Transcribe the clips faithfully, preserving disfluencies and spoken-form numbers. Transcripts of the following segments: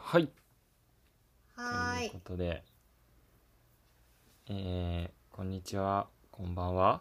はい。 はーい。 ということで、えー、こんにちは、こんばんは。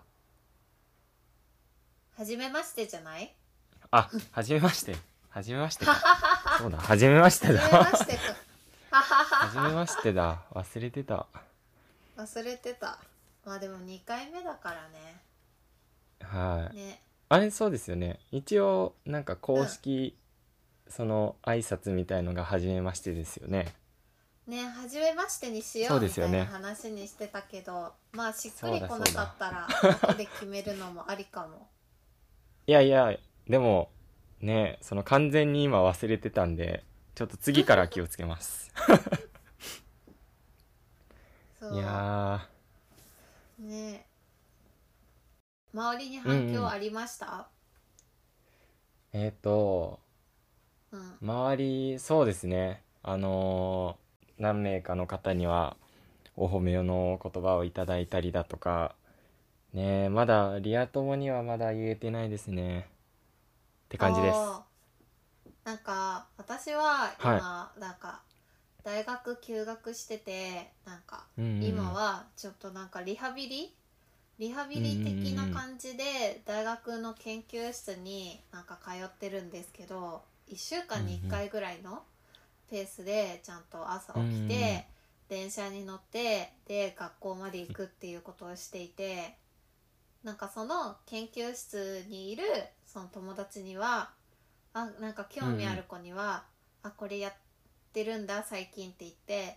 はじめましてじゃない？ あ、はじめまして。はじめましてか。そうだ、はじめましてだ。 はじめましてか。はははじめはは。 ましてだ。忘れてた。 忘れてた。まあでもにかいめだからね。 はい。 ね。 あれ、そうですよね。一応、なんか公うん。 式、その挨拶みたいのがはじめましてですよね。 ね、はじめましてにしそうようみたいなですよね。 話にしてたけど、まあしっくそうりこなかだそうだ。 ったら後で決めるのもありかも。 いやいや、でも、ね、その完全に今忘れてたんで、ちょっと次から気をつけます。いそやう。ね。周りにー、うんう反響ん。 ありました？ えっと、 うん。 周り、そうですね。あのー何名かの方にはお褒めの言葉をいただいたりだとか、ねえ、まだリア友にはまだ言えてないですね。って感じです。 ああ、なんか私ははい。 今なんか大学休学してて、なんかうんうん今はちょっとなんかリハビリリハうん。うんうんビリ的なうん。 感じで大学の研究室になんか通ってるんですけど、いっしゅうかんにいっかいぐらいのペースでちゃんと朝うんうん。 起きうんうんて電車に乗ってで学校まで行くっていうことをしていて、なんかその研究室にいるその友達には、あ、なんかうん。うんうん。 興味ある子には、あ、これやってるんだ最近って言って、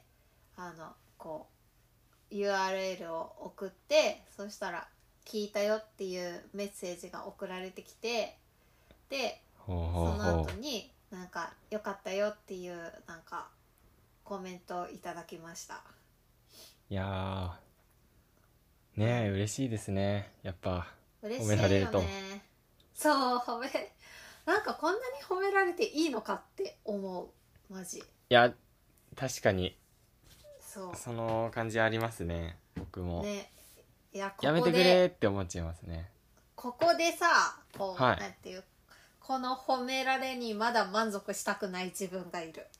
あのこう ユーアールエル を送って、そしたら聞いたよっていうメッセージが送られてきて、でほうほうその後ほう。 になんか良かったよっていうなんかコメントをいただきました。 いやー、 うん、 ねえ、嬉しいですね。やっぱ、褒め嬉しいよられると。 ね。そう、褒め、なんかこんなに褒められていいのかって思う、マジ。 いや、確かに、 そその感じありますね。僕も。 うね。いや、こやめてくれこでーって思っちゃいますね。 ここでさ、こはい。 うなんていう、この褒められにまだ満足したくない自分がいる。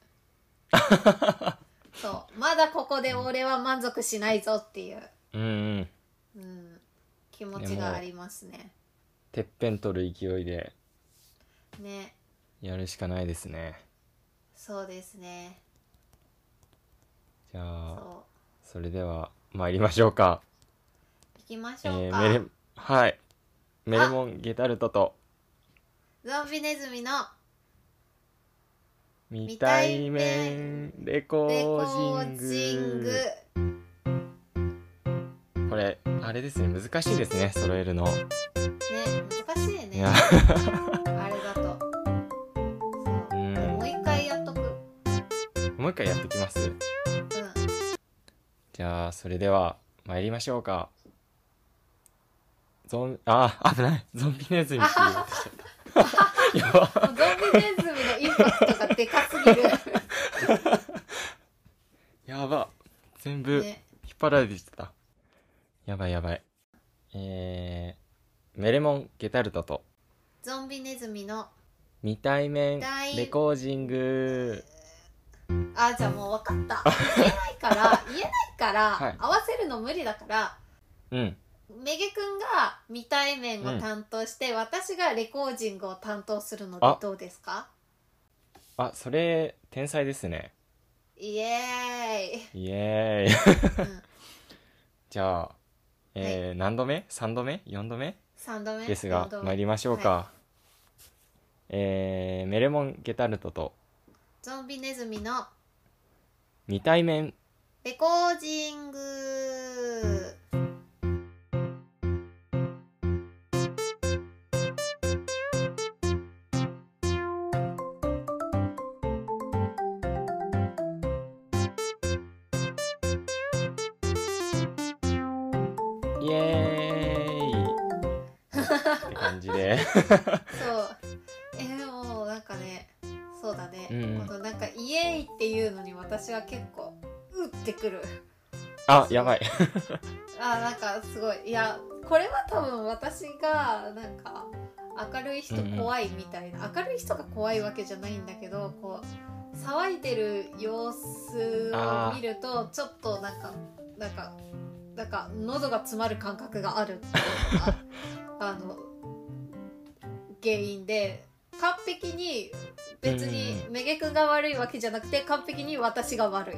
そう、まだここで俺は満足しないぞっていう、 うんうん。 うん、気持ね、 ちがあもりますね。 う、てっぺん取る勢いでね。 やるしかないですね。 そうですね。 じゃあ、 そそれでは参りましょうか。 う、行きましょうえー、メレ、 か。 はい。メレあ、 モンゲタルトとゾンビネズミの未未対対面面レレコージコーンジング。 グ。これ、あれですね。難しいですね。揃えるの。 ね、難しいいや、 ね、あれだと。 うそうでもうん。 一回やっとく。うん。 もう一回やってきます。じゃあ、それでは参りましょうか。ゾン、あ、危ない。ゾンビネズミあって言おうはとしちゃった。やば。 は、もうゾンビネズミのインパクトがでかすぎる。 やば。全部ね。 引っ張られてきてた。やばいやばい。えー、メレモンゲタルトとゾンビネズミの未対面レ大、 コージング。 あ、じゃあもう分かった。言えないから言えないからはい。 合わせるの無理だから、 うん。 めげくんが未対面をうん。 担当して、私がレコージングを担当するのであ、 どうですか？ あ、それ、天才ですね。 イエーイ。 イエーイ。 うん。 じゃあ、 はい。 えー、何度目？ さん 度目？ よん 度目さんどめですが、 よんどめ。 参りましょうはい。 か。えー、メレモンゲタルトとゾンビネズミの未対面。 レコージング。 イエーイって感じで。 そう。えー、もうなんかね、そうだね。 うんうん。 このなんかイエーイっていうのに私は結構うってくる。 あ、 すごい。 やばい。 あ、なんかすごい。いや、これは多分私がなんか明るい人うんうん。 怖いみたいな、明るい人が怖いわけじゃないんだけど、こう爽いてる様子を見るとちょっとなんかなんかなんか喉が詰まる感覚があるっていうのがあの原因で、完璧に別にめげくが悪いわけじゃなくて完璧に私が悪い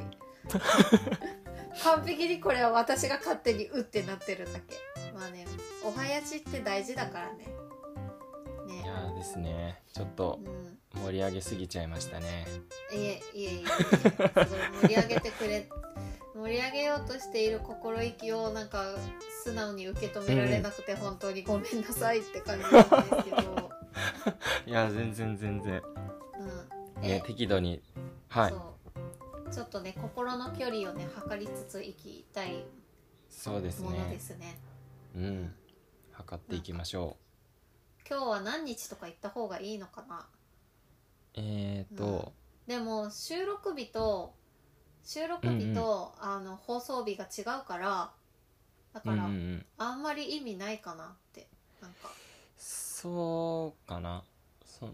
完璧にこれは私が勝手にうってなってるだけ。まあね、お囃子って大事だからね。ね。 いやーですね、ちょっとうん、 盛り上げすぎちゃいましたね。 いえいえいえいえ、すごい盛り上げてくれ盛り上げようとしている心意気をなんか素直に受け止められなくて本当にごめんなさいって感じなんですけど、 いや全然全然うん、 ね、適度に、はい、 そうちょっとね心の距離をね測りつついきたいそうですものでね、 すね。 うん測っていきましょ今日は何日とか言った方がいいのかな。 う。えーと、 でも収録日と収録日と、うんうん、あの放送日が違うからだから、うんうんうん、あんまり意味ないかなって。なんかそうかな、そ、うん、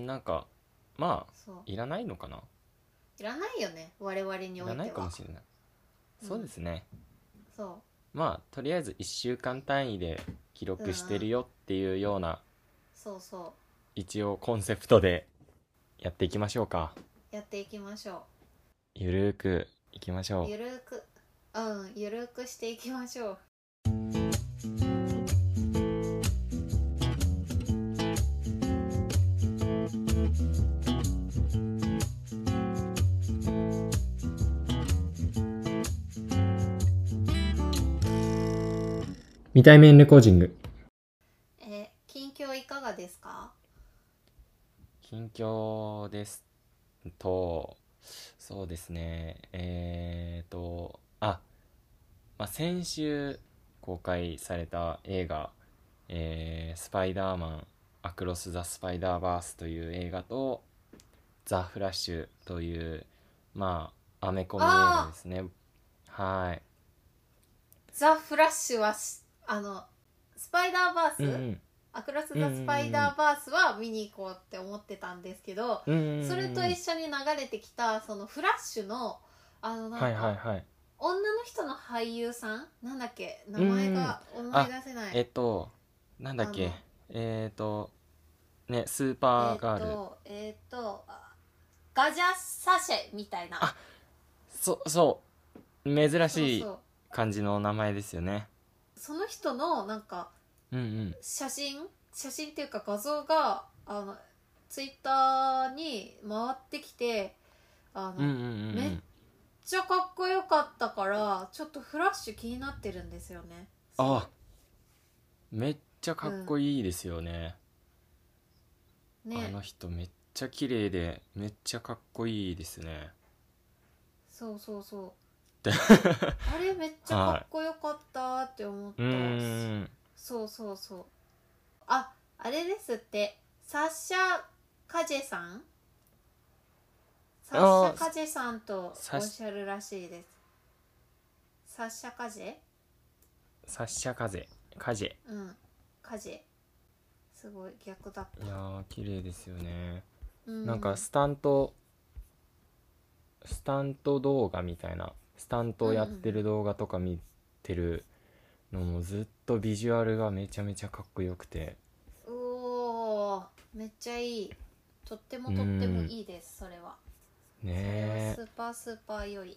なんかまあいらないのかな。 いらないよね我々においては。いらないかもしれない、うん、そうですね。 そうまあとりあえずいっしゅうかん単位で記録してるよっていうような、うんうん、 そうそう一応コンセプトでやっていきましょうか。 やっていきましょう。 ゆるーくいきましょう。 ゆるーくうんゆるーくしていきましょう。 未対面レコーディング。 え近況いかがですか？ 近況ですと、そうですね、えーとあ、まあ、先週公開された映画、えー、スパイダーマンアクロス・ザ・スパイダーバースという映画とザ・フラッシュというまあアメコミ映画ですね。はい。 ザ・フラッシュはあのスパイダーバース、うんうん、アクロス・ザ・スパイダーバースは見に行こうって思ってたんですけど、うんうんうん、それと一緒に流れてきたそのフラッシュのあのなんか、はいはいはい、女の人の俳優さんなんだっけ名前が思い出せない。 えっとなんだっけえっ、ー、とねスーパーガールえっ、ー、と,、えー、とガジャサシェみたいな。 あそそう珍しい感じの名前ですよね。 その人のなんか写真、うんうん、写真っていうか画像があのツイッターに回ってきてあの、うんうんうん、めっちゃかっこよかったからちょっとフラッシュ気になってるんですよね。 あめっちゃかっこいいですよね、うん、ね、あの人めっちゃ綺麗でめっちゃかっこいいですね。 そうそうそうあれめっちゃかっこよかったって思った、はい、うーんそうそうそう。あ、あれですってサッシャ・カジェさんサッシャ・カジェさんとおっしゃるらしいです。サッシャ・カジェサッシャ・カジェカジェうんカジェすごい逆だった。 いやー綺麗ですよね、うん、なんかスタントスタント動画みたいなスタントをやってる動画とか見てるのもずっとビジュアルがめちゃめちゃかっこよくて、 うおーめっちゃいい。とってもとってもいいです、うん、それはねえスーパースーパー良い。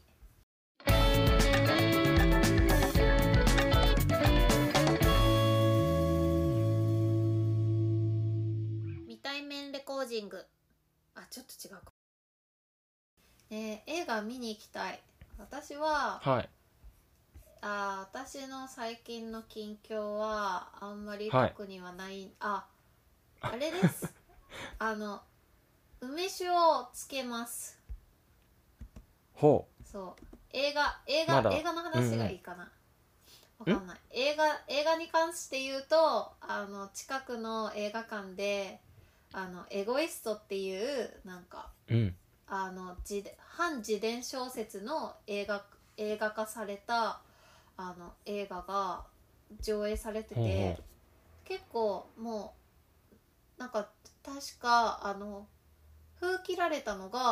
未対面レコーディング。あちょっと違うか、ね、映画見に行きたい。私は、はい、あ私の最近の近況はあんまり特にはない、はい、ああれですあの梅酒をつけます。 ほうそう映画映画、ま、映画の話がいいかな、うんうん、わかんない。映画映画に関して言うとあの近くの映画館であのエゴイストっていうなんか、うん、あの自反自伝小説の映画映画化されたあの映画が上映されてて、うんうん、結構もうなんか確かあの封切られたのが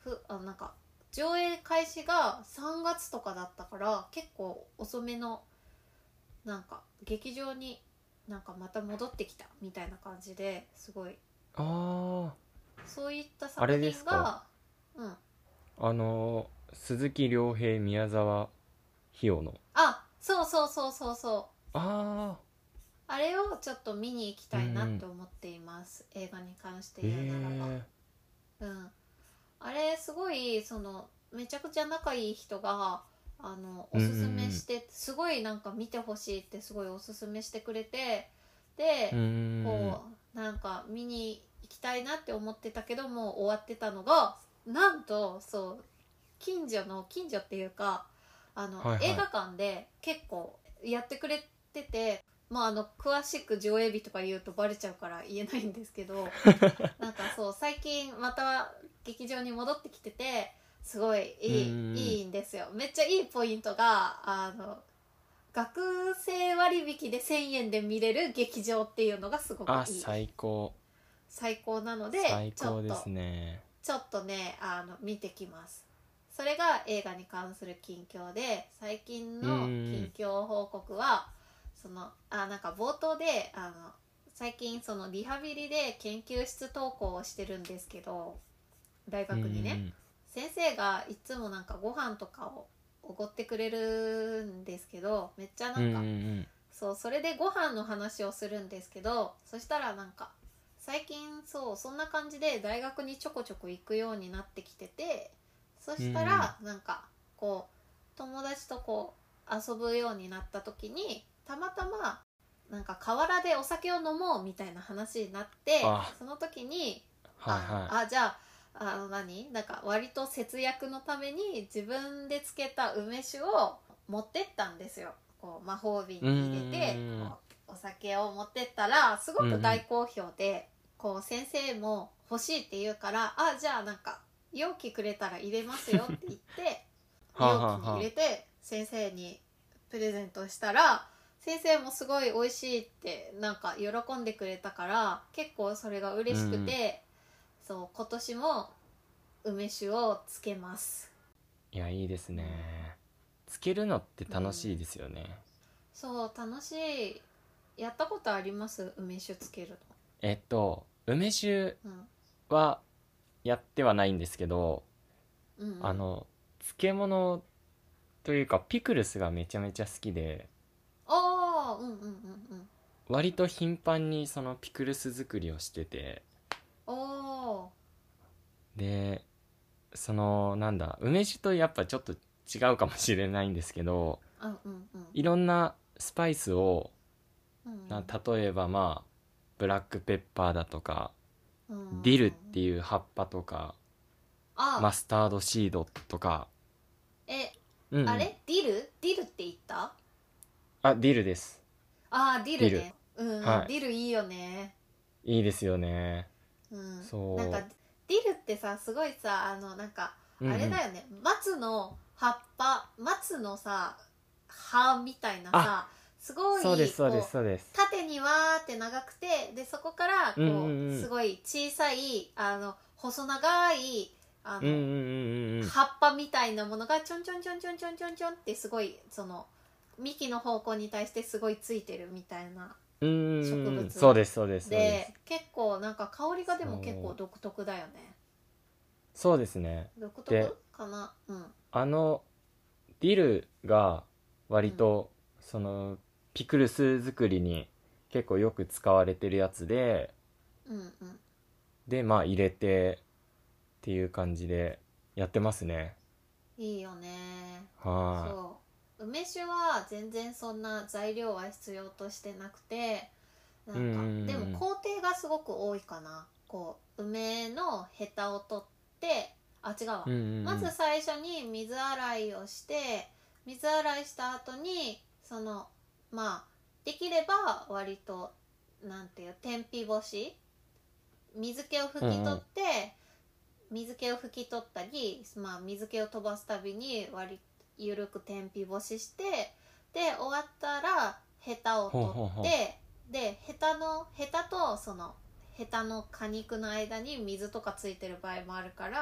ふあなんか上映開始がさんがつとかだったから結構遅めのなんか劇場になんかまた戻ってきたみたいな感じですごいあそういったあ作れですか、 品がうんあのー鈴木亮平宮沢ひよの。 あそうそうそうそうそうあああれをちょっと見に行きたいなっうんて思っています、映画に関してへ言うならば、 えうんあれすごいそのめちゃくちゃ仲いい人があのおすすめしてすごいなんか見てほしいってすごいおすすめしてくれてでうーんこうなんか見に行きたいなって思ってたけどもう終わってたのがなんとそう近所の近所っていうかあの、 はいはい映画館で結構やってくれててまああの詳しく上映日とか言うとバレちゃうから言えないんですけどなんかそう最近また劇場に戻ってきててすごいいい、 うんいいんですよ。めっちゃいいポイントがあの学生割引でせんえんで見れる劇場っていうのがすごくいあい最高最高なので最高でちょっとすね。 ちょっとねあの見てきます。それが映画に関する近況で最近の近況報告はそのあなんか冒頭であの最近そのリハビリで研究室登校をしてるんですけど大学にね先生がいつもなんかご飯とかをおごってくれるんですけどめっちゃなんか、 うんうんうんそうそれでご飯の話をするんですけどそしたらなんか最近そうそんな感じで大学にちょこちょこ行くようになってきててそしたらなんかこう友達とこう遊ぶようになった時にたまたまなんか河原でお酒を飲もうみたいな話になってあその時にはいあはあじゃああの何なんか割と節約のために自分でつけた梅酒を持ってったんですよ。こう魔法瓶に入れてうんこうお酒を持ってったらすごく大好評で、こう先生も欲しいって言うからあじゃあなんか容器くれたら入れますよって言ってはあ容はあはあ器に入れて先生にプレゼントしたら先生もすごい美味しいってなんか喜んでくれたから結構それが嬉しくて、そう今年も梅酒をつけます。 いやいいですね。つけるのって楽しいですよね。 そう楽しい。やったことあります梅酒つけるえっと梅酒の？うんはやってはないんですけど、 うんうん、 あの漬物というかピクルスがめちゃめちゃ好きでああうんうんうんうん割と頻繁にそのピクルス作りをしてて、 おでそのなんだ梅酒とやっぱちょっと違うかもしれないんですけど、 ーあうんうんいろんなスパイスをうんな例えばまあブラックペッパーだとかうんディルっていう葉っぱとかあ、 マスタードシードとか、 え、 うんうん、 あれディルディルって言った？ あディルです。 あーディルね。うん、 はいディルいいよね。 いいですよね。 うん、 そうなんかディルってさすごいさあのなんかうんうんあれだよね、松の葉っぱ松のさ葉みたいなさすごいそうですそうでこすそうです。 縦にわーって長くてでそこからこう、 うんうんうんすごい小さいあの細長いあの、 うんうんうんうん葉っぱみたいなものがちょんちょんちょんちょんちょんちょんちょんってすごいその幹の方向に対してすごいついてるみたいなうんうんうん植うん物そうですそうですそうでです結構なんか香りがでも結構独特だよね。 そうですね。 独で特かな。うんあのディルが割と、そのピクルス作りに結構よく使われてるやつでうんうんでまあ入れてっていう感じでやってますね。 いいよね。 はそう梅酒は全然そんな材料は必要としてなくてなんか、 うんうんうんでも工程がすごく多いかな。こう梅のヘタを取ってあ違うわ、 い、うんうんうん、 まず最初に水洗いをして水洗いした後にそのまあできれば割となんていう天日干し水気を拭き取って、水気を拭き取ったり、まあ、水気を飛ばすたびに割ゆるく天日干ししてで終わったらヘタを取ってほうほうほうでヘタのヘタとそのヘタの果肉の間に水とかついてる場合もあるから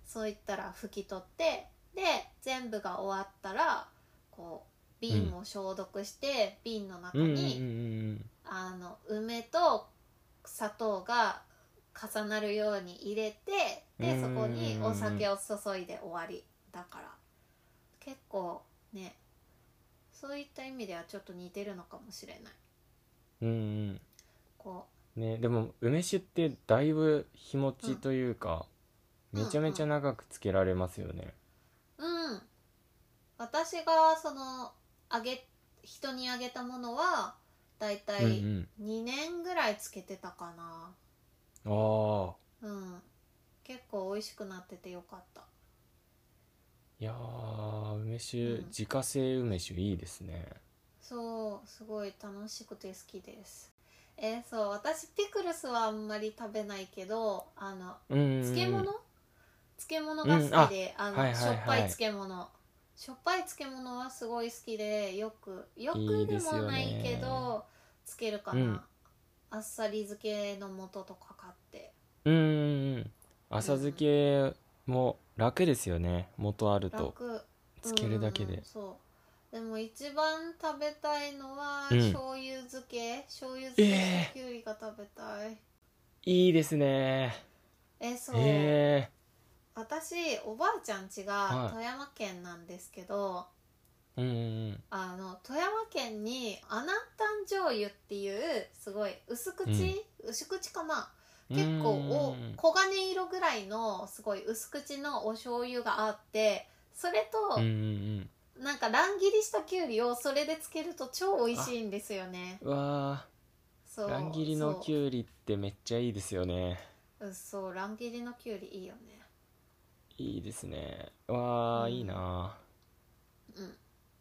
そういったら拭き取ってで全部が終わったらこう瓶を消毒して、うん、瓶の中に、うんうんうん、あの梅と砂糖が重なるように入れてでそこにお酒を注いで終わりだから結構ねそういった意味ではちょっと似てるのかもしれない。 うんうん、 こうねでも梅酒ってだいぶ日持ちというか、うん、めちゃめちゃ長くつけられますよね。 うん、うん、私がそのあげ人にあげたものはだいたいにねんぐらいつけてたかな。 ああ、 うん、結構美味しくなっててよかった。 いやー梅酒、うん、自家製梅酒いいですね。 そうすごい楽しくて好きです。えー、そう私ピクルスはあんまり食べないけどあの、うんうんうん、漬物漬物が好きで、うん、あの、はいはいはい、しょっぱい漬物しょっぱい漬物はすごい好きでよくよくでもないけどつけるかな、うん、あっさり漬けの素とか買って。 うんうんうん浅漬けも楽ですよね、うん、元あるとつけるだけで、うんうん、 そうでも一番食べたいのは、うん、醤油漬け醤油漬けしてきゅうりが食べたい、えー、いいですね。 えそう、えー、私おばあちゃん家が富山県なんですけど、はい、うんうん、あの富山県に阿南丹醤油っていうすごい薄口、うん、薄口かな結構お黄金色ぐらいのすごい薄口のお醤油があってそれと、うんうんうん、なんか乱切りしたきゅうりをそれでつけると超美味しいんですよね。 うわー乱切りのきゅうりってめっちゃいいですよね。 うそう乱切りのきゅうりいいよね。 いいですね。わー、うん、いいなうん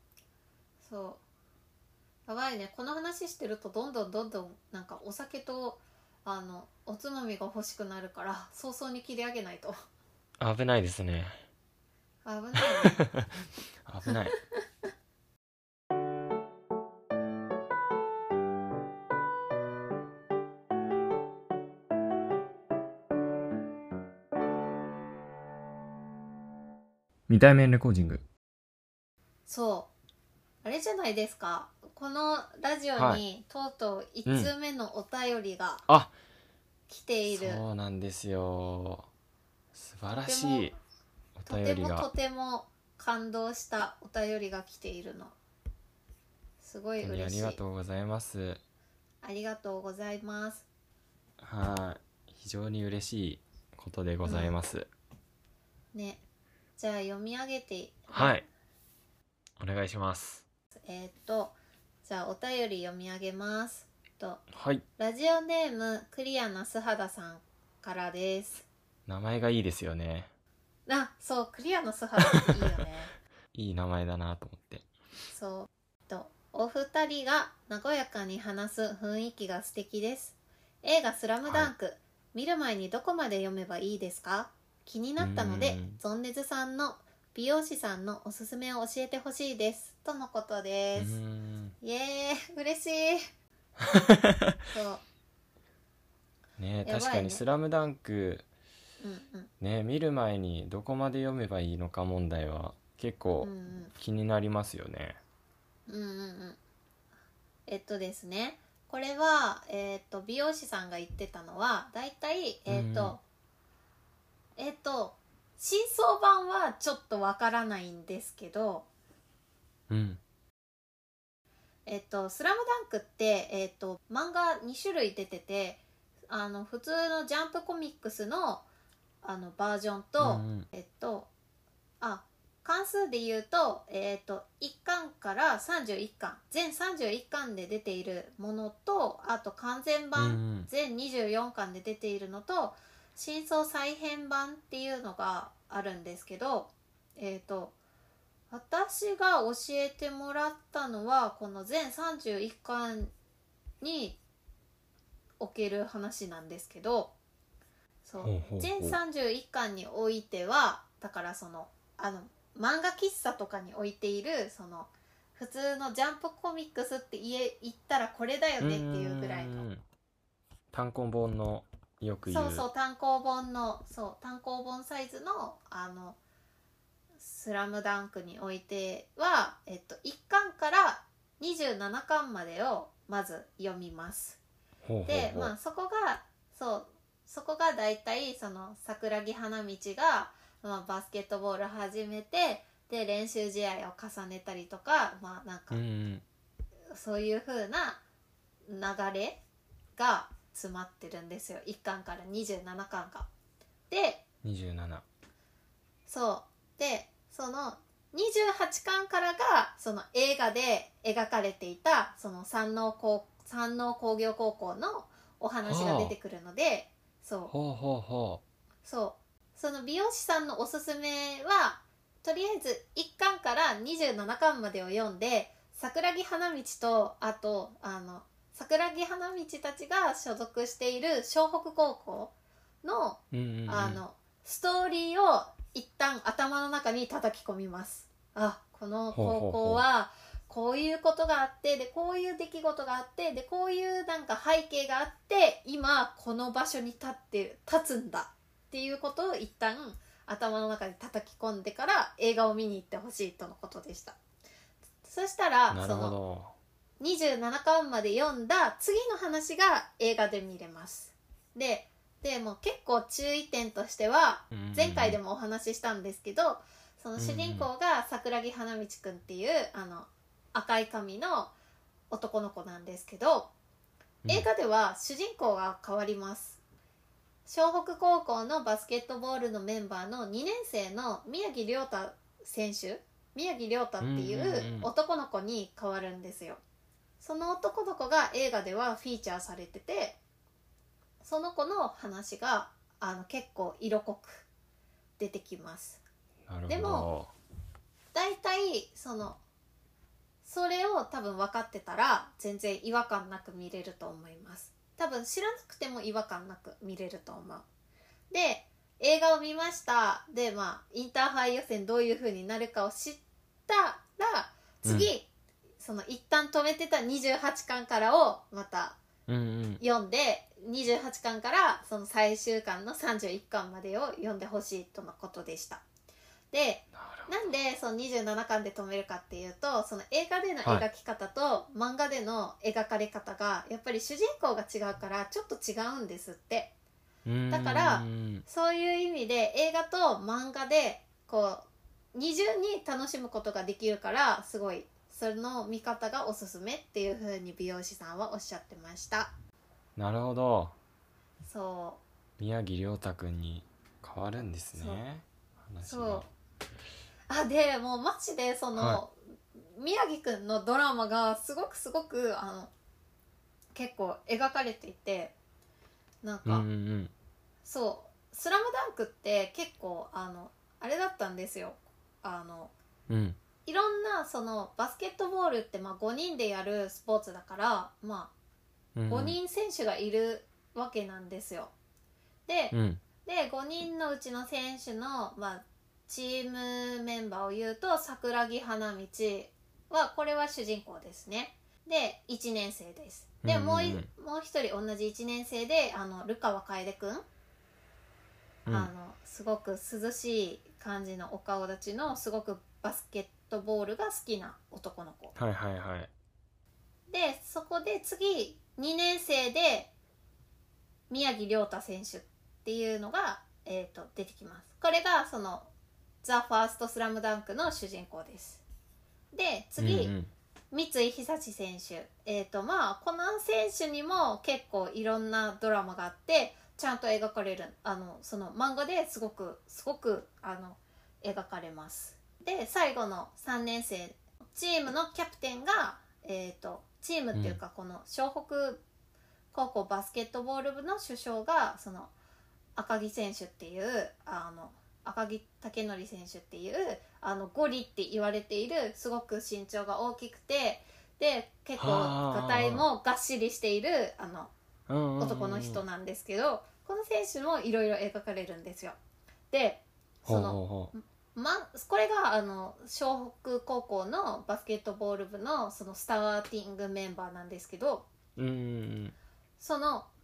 そうやばいねこの話してるとどんどんどんどんなんかお酒とあのおつまみが欲しくなるから早々に切り上げないと。 危ないですね。 危ないね危ない未対面レコーディング。 そうあれじゃないですかこのラジオにとうとういち通目のお便りが来ている、 うん、そうなんですよ。素晴らしいお便りがとてもとても感動したお便りが来ているのすごい嬉しい。 ありがとうございます。 ありがとうございます。 はい非常に嬉しいことでございます、 うん、ねじゃあ読み上げて、ね、 はいお願いします。 えー、っとじゃあお便り読み上げますと、 はい、 ラジオネームクリアな素肌さんからです。 名前がいいですよね。 あそうクリアな素肌っていいよねいい名前だなと思って。 そうとお二人が和やかに話す雰囲気が素敵です。映画スラムダンク、はい、見る前にどこまで読めばいいですか？気になったのでゾンネズさんの美容師さんのおすすめを教えてほしいですとのことです。イエーイ嬉しいそうね確かにスラムダンク、うんうん、ね見る前にどこまで読めばいいのか問題は結構気になりますよね。 うんうんうんうんえっとですねこれは、えー、っと美容師さんが言ってたのはだいたいえー、っと、うん、えー、っと真相版はちょっとわからないんですけど、うん、えっとスラムダンクって、えっと漫画に種類出ててあの普通のジャンプコミックスのあのバージョンと、うん、えっとあ関数で言うと、えっといっかんからさんじゅういっかん全さんじゅういっかんで出ているものとあと完全版、うん、全にじゅうよんかんで出ているのと真相再編版っていうのがあるんですけど、えっと私が教えてもらったのはこの全さんじゅういっかんにおける話なんですけど、そう全さんじゅういっかんにおいてはだからそのあの漫画喫茶とかに置いているその普通のジャンプコミックスって言え言ったらこれだよねっていうぐらいの単行本のよく言う。 そうそう、単行本のそう単行本サイズのあのスラムダンクにおいては、えっと、いっかんからにじゅうななかんまでをまず読みます。 ほうほうほう。 で、まあ、そこがそうそこがだいたいその桜木花道が、まあ、バスケットボール始めて、で練習試合を重ねたりとか、まあなんかうんうん、 そういう風な流れが詰まってるんですよ、いっかんからにじゅうななかんが。でにじゅうなな。 そうでそのにじゅうはちかんからがその映画で描かれていたその山王高山王工業高校のお話が出てくるので、そうほうほうほそうその美容師さんのおすすめは、とりあえずいっかんからにじゅうななかんまでを読んで、桜木花道とあとあの桜木花道たちが所属している湘北高校の、 う。うんうんうん、 あのストーリーを一旦頭の中に叩き込みます。あ、この高校はこういうことがあって、でこういう出来事があって、でこういうなんか背景があって、今この場所に立って立つんだっていうことを一旦頭の中に叩き込んでから映画を見に行ってほしいとのことでした。そしたらなるそのほど。 にじゅうななかんまで読んだ次の話が映画で見れます。ででも結構注意点としては、前回でもお話ししたんですけど、その主人公が桜木花道くんっていうあの赤い髪の男の子なんですけど、映画では主人公が変わります。湘北高校のバスケットボールのメンバーのにねんせいの宮城亮太選手、宮城亮太っていう男の子に変わるんですよ。その男の子が映画ではフィーチャーされてて、その子の話があの結構色濃く出てきます。 なるほど。 でもだいたいそのそれを多分分かってたら全然違和感なく見れると思います。多分知らなくても違和感なく見れると思う。で映画を見ました。でまあインターハイ予選どういう風になるかを知ったら次、うん、その一旦止めてたにじゅうはちかんからをまた読んで、うんうん、にじゅうはちかんからその最終巻のさんじゅういっかんまでを読んでほしいとのことでした。でなんでそのにじゅうななかんで止めるかっていうと、その映画での描き方と漫画での描かれ方がやっぱり主人公が違うからちょっと違うんですって。だからそういう意味で映画と漫画でこう二重に楽しむことができるから、すごいその見方がおすすめっていう風に美容師さんはおっしゃってました。 なるほど。 そう宮城亮太くんに変わるんですね。 そうそうあでもうマジでその、はい、宮城くんのドラマがすごくすごくあの結構描かれていて、なんか、うんうんうん、そうスラムダンクって結構あのあれだったんですよ。あの、うん、いろんなそのバスケットボールってまあごにんでやるスポーツだから、まあ、ごにん選手がいるわけなんですよ。で、うん、でごにんのうちの選手の、まあ、チームメンバーを言うと桜木花道はこれは主人公ですね。でいちねんせいです。で、うんうん、もうもう一人同じいちねんせいであの流川楓くん、うん、あのすごく涼しい感じのお顔立ちのすごくバスケットボールが好きな男の子。 はいはいはい。 でそこで次にねんせいで宮城亮太選手っていうのが、えーと、出てきます。これがそのザ・ファーストスラムダンクの主人公です。で次、うんうん、三井久志選手、えーとまあこの選手にも結構いろんなドラマがあってちゃんと描かれる、あのその漫画ですごくすごくあの描かれます。で最後のさんねんせいチームのキャプテンが、えーとチームっていうか、この湘北高校バスケットボール部の主将がその赤木選手っていうあの赤木武則選手っていうあのゴリって言われているすごく身長が大きくて、で結構がたいもがっしりしているあの男の人なんですけど、この選手もいろいろ描かれるんですよ。でそのま、これがあの湘北高校のバスケットボール部のそのスターティングメンバーなんですけど、うんうんうん、その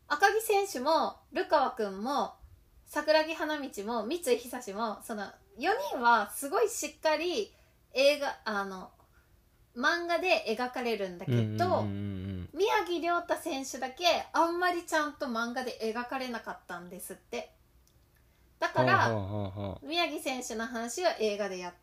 赤木選手もルカワくんも桜木花道も三井久志もそのよにんはすごいしっかり映画あの漫画で描かれるんだけど、 うんうんうんうん宮城亮太選手だけあんまりちゃんと漫画で描かれなかったんですって。だからほうほうほうほう宮城選手の話は映画でやって、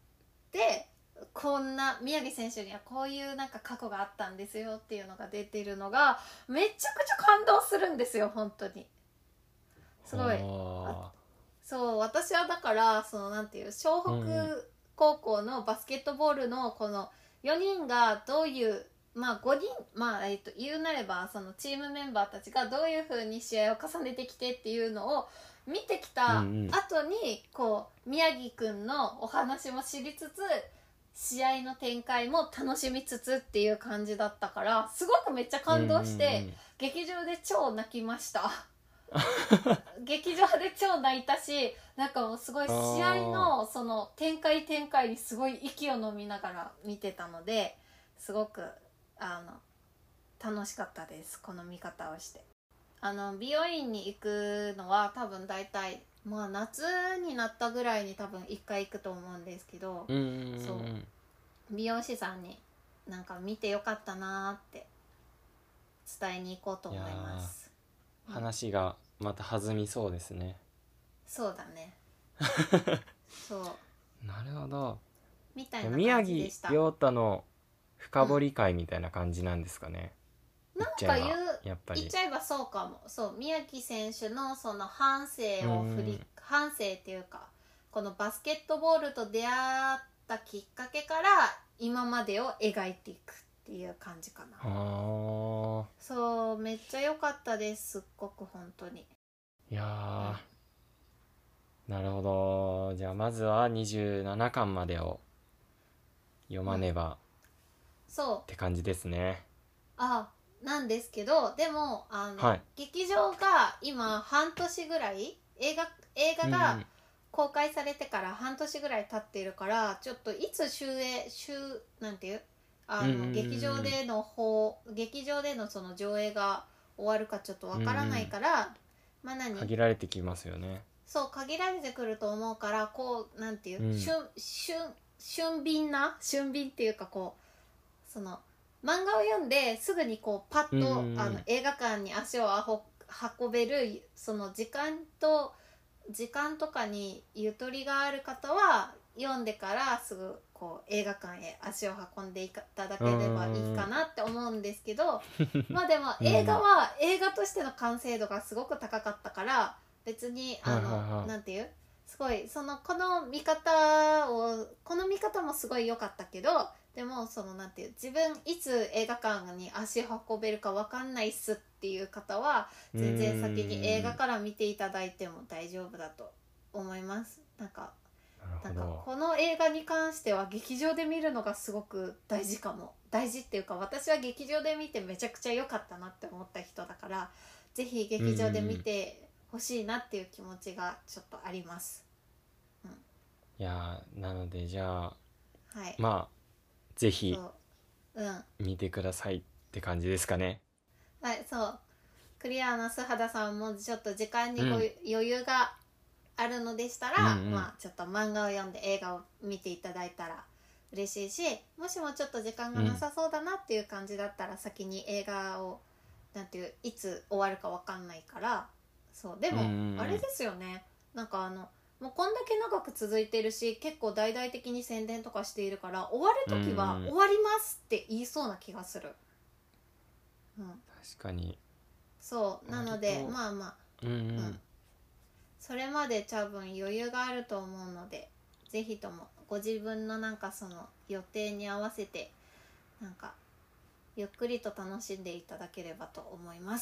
こんな宮城選手にはこういうなんか過去があったんですよっていうのが出てるのがめちゃくちゃ感動するんですよ本当に。すごい。 ほそう私はだからそのなんていう湘うん北高校のバスケットボールのこのよにんがどういうまあごにんまあえっと言うなればそのチームメンバーたちがどういう風に試合を重ねてきてっていうのを見てきたうんうん後にこう宮城くんのお話も知りつつ試合の展開も楽しみつつっていう感じだったからすごくめっちゃ感動して、 うんうんうん劇場で超泣きました劇場で超泣いたしなんかもうすごい試合のその展開展開にすごい息を飲みながら見てたのですごくあの楽しかったですこの見方をして。あの美容院に行くのは多分大体まあ夏になったぐらいに多分いっかい行くと思うんですけど、 うんうんうんそう美容師さんになんか見てよかったなーって伝えに行こうと思います。 話がまた弾みそうですね。 そうだねそうなるほど。 みたいな宮感じでした。 城亮太の深掘り会みたいな感じなんですかね、 なんか言っちゃえば言うやっぱり言っちゃえばそうかも。そう宮城選手のその半生を振り、 うん半生っていうかこのバスケットボールと出会ったきっかけから今までを描いていくっていう感じかな。 あそうめっちゃ良かったですすっごく本当に。 ーいやーなるほど。じゃあまずはにじゅうななかんまでを読まねばそうって感じですね。 あなんですけどでもあの、 はい劇場が今半年ぐらい映画映画がうん公開されてから半年ぐらい経っているからちょっといつ終映終なんていうあの、 うんうんうん劇場での方劇場でのその上映が終わるかちょっとわからないから、まあ何限られてきますよね。 そう限られてくると思うからこうなんていう、 うん俊俊俊敏な俊敏っていうかこうその漫画を読んですぐにこうパッと、 うんうんあの映画館に足をあほ運べるその時間と時間とかにゆとりがある方は読んでからすぐこう映画館へ足を運んでいただければいいかなって思うんですけどまあでも映画は映画としての完成度がすごく高かったから別にあの、 はいはいはいなんていうすごいそのこの見方をこの見方もすごい良かったけどでもそのなんていう自分いつ映画館に足運べるか分かんないっすっていう方は全然先に映画から見ていただいても大丈夫だと思います。なんかなんかなるほど。 この映画に関しては劇場で見るのがすごく大事かも。大事っていうか私は劇場で見てめちゃくちゃ良かったなって思った人だからぜひ劇場で見てほしいなっていう気持ちがちょっとあります。 いやーなのでじゃあはい。 まあぜひそううん見てくださいって感じですかね。 はいそうクリアな素肌さんもちょっと時間にご、 うん余裕があるのでしたら、 うんうんまあちょっと漫画を読んで映画を見ていただいたら嬉しいしもしもちょっと時間がなさそうだなっていう感じだったら先に映画をなんていういつ終わるか分かんないからそうでも、 うんうんうんあれですよねなんかあのもうこんだけ長く続いてるし結構大々的に宣伝とかしているから終わる時はうんうん終わりますって言いそうな気がする。うん確かに。 そうなので割とまあまあ、 うんうん、 うんそれまで多分余裕があると思うのでぜひともご自分のなんかその予定に合わせてなんかゆっくりと楽しんでいただければと思います。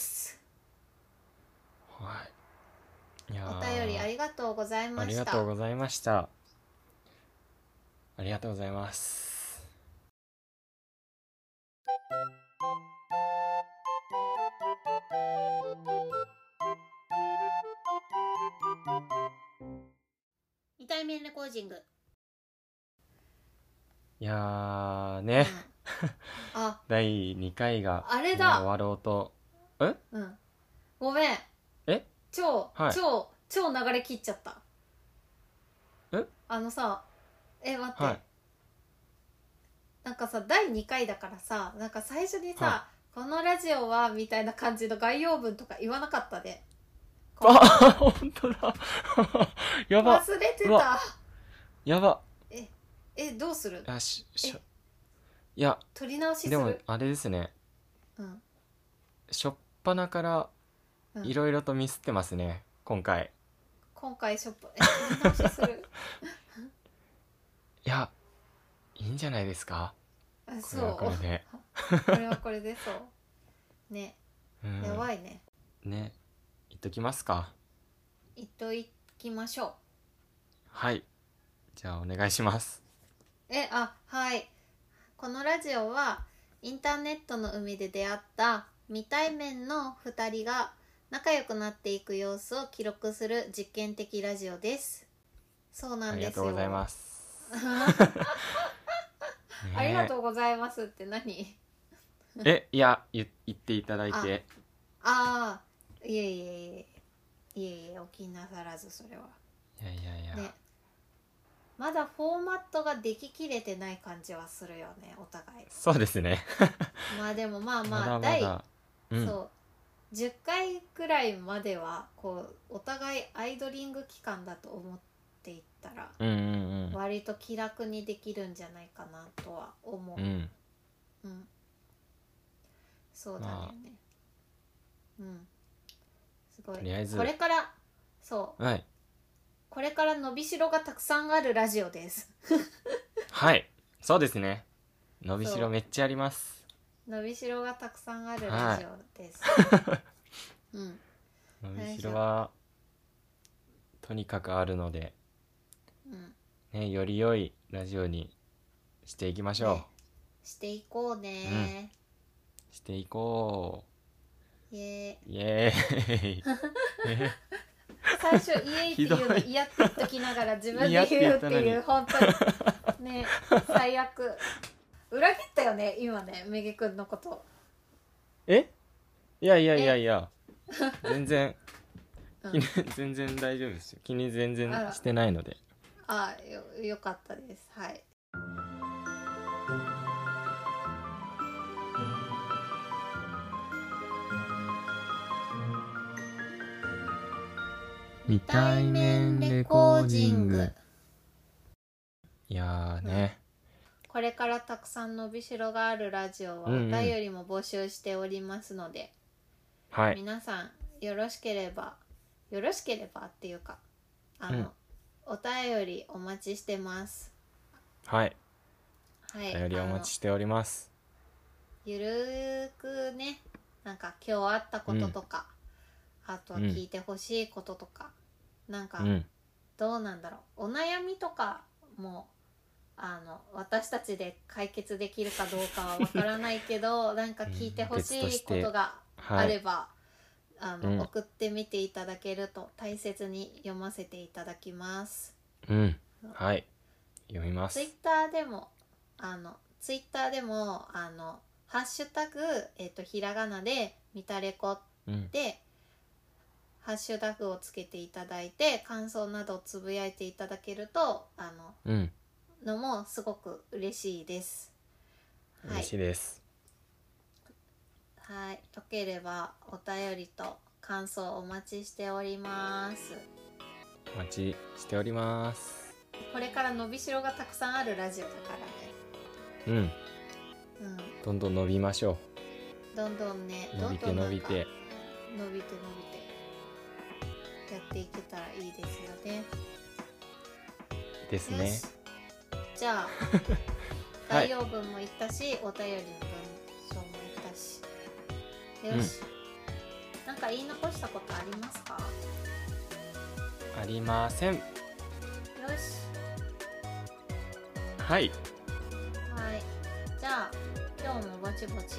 はいいやーお便りありがとうございまありした。 がとうございましたありがとうございます。 二対面レコージング、 いやーうんね、 あだいにかいがあれだもう終わろうと。えうんごめん。 え超、 はい超超流れ切っちゃった。 えあのさ、え待って、 はいなんかさだいにかいだからさ、なんか最初にさ、 はこのラジオはみたいな感じの概要文とか言わなかったで。 あ本当だやば忘れてうわた。 やばええどうする？ あししょいや取り直しする？ でもあれですね、 うんしょっぱなからうん、 いろいろとミスってますね今回。 今回ショップえ取り直しするいやいいんじゃないですかあこれはそうこれでこれはこれでそうね、 うんやばいね。 ね言っときますか。 言っといきましょう。 はいじゃあお願いします。 えあはいこのラジオはインターネットの海で出会った未対面のふたりが仲良くなっていく様子を記録する実験的ラジオです。そうなんですよ。 ありがとうございます。 ありがとうございますって何？ えいや言言っていただいて。 ああいえいえいえいえいえお気になさらず。それはいやいやいや、 ねまだフォーマットができきれてない感じはするよねお互い。 そうですねまあでもまあまあまだま第だ、うん、 そうじゅっかいくらいまではこうお互いアイドリング期間だと思っていったら、 うんうんうん割と気楽にできるんじゃないかなとは思う。 ううん、 んそうだよね、うんすごい。 とりあえずこれからそうはいこれから伸びしろがたくさんあるラジオですはいそうですね伸びしそうろめっちゃあります。 伸びしろがたくさんあるラジオです、うん伸びしろはとにかくあるので、 うんね、より良いラジオにしていきましょう、 ねしていこうね、 していこイエーイうイエーイえ最初イエーイっていうのひどい嫌って言っときながら自分で言うって嫌って言いうっ本当にね最悪。裏切ったよね今ねめげくんのこと。 えいやいやいやいや全然うん気に全然大丈夫ですよ。気に全然あらしてないので。 あよよかったです。はい未対面レコーディング。 いやーね、 これからたくさん伸びしろがあるラジオはおうんうん便りも募集しておりますので、 はい皆さんよろしければよろしければっていうかあの、 うんお便りお待ちしてます。 はいはいお便りお待ちしております。 あのゆるーくねなんか今日あったこととか、あとは聞いてほしいこととか、なんかうんどうなんだろうお悩みとかもあの私たちで解決できるかどうかはわからないけどなんか聞いてほしいことがあれば、あのうん送ってみていただけると大切に読ませていただきます。 うんはい読みます。 ツイッターでもあのツイッターでもあのハッシュタグえっとひらがなでみたれこうんでハッシュタグをつけていただいて感想などをつぶやいていただけるとあのうんのもすごく嬉しいです。は嬉しいい、 です。 はい、よければお便りと感想お待ちしております。 お待ちしております。 これから伸びしろがたくさんあるラジオだからうんね。 どんどん伸びましょうん、どんどんね、 う。伸びてどんどんなんか伸びて伸びて伸びてやっていけたらいいですよね。 ですねよし。じゃあはい概要文も言ったし、お便りの文章も言ったし、よし、なんか言い残したことありますか？ ありません。 よし、 はいはい、じゃあ今日もぼちぼち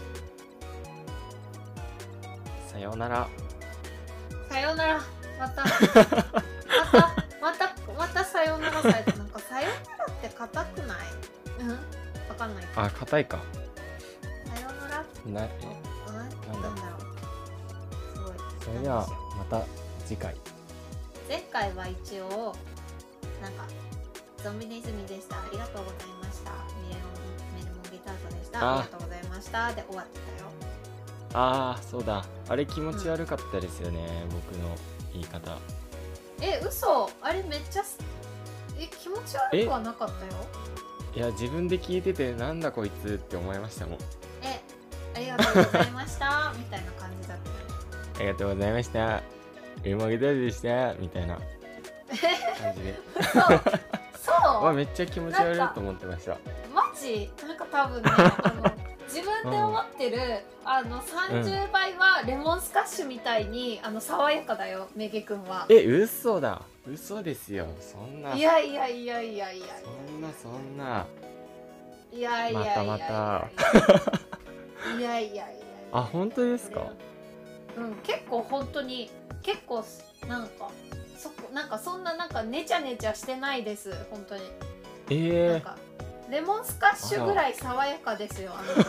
さようなら。 さようなら。またまたまたまたさようならされて、なんかさようならって硬くない？うん、わかんないけど。 あ硬いかさようならなえうん、なんだろう。すごい。 そそれではまた次回。 前回は一応なんかゾンビネズミでしたありがとうございました、メルモンメルモンギタートでしたあありがとうございましたで終わってたよ。 ああそうだ、あれ気持ち悪かったですよね、僕の言い方。 え、嘘、あれめっちゃすえ気持ち悪くはなかったよ。 いや自分で聞いててなんだこいつって思いましたもん。 え、ありがとうございましたみたいな感じだったよ。 ありがとうございました、エモゲタでしたみたいな感じでそうそうわめっちゃ気持ち悪いと思ってました。 マジなんか多分ねあの自分で思ってる、うん、あのさんじゅうばいはレモンスカッシュみたいに、あの爽やかだよメゲ君は。 え、嘘だ、嘘ですよ、そんな。 いやいやいやいやいやそんなそんな。 いやいやいやいやまたまたいやいやいやいやあ、本当ですか。 うん、結構本当に結構なんかそこなんかそんななんかネチャネチャしてないです本当に。 ええー、 なんかレモンスカッシュぐらい爽やかですよ、あの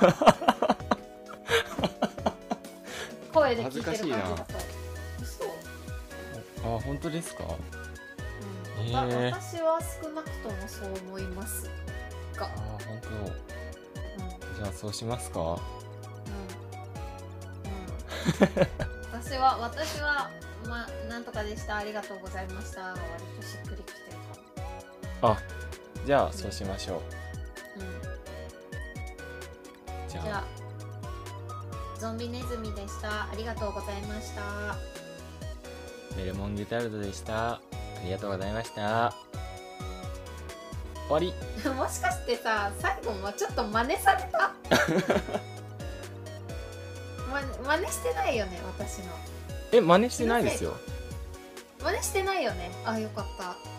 声で聞いてる感じだと。嘘。 あ、本当ですか。 うん、 えー、 私は少なくともそう思いますが。 あ、本当。 うん、 じゃあそうしますか。 うんうん、私は私はまなんとかでしたありがとうございましたが割としっくりきてるかも。 あ、じゃあそうしましょう。 うん、 じゃあじゃあゾンビネズミでしたありがとうございました。 メルモンギタルドでした、ありがとうございました。終わり。 もしかしてさ最後もちょっと真似されたま、真似してないよね私の。 え、真似してないですよ。 真似してないよね。あ、よかった。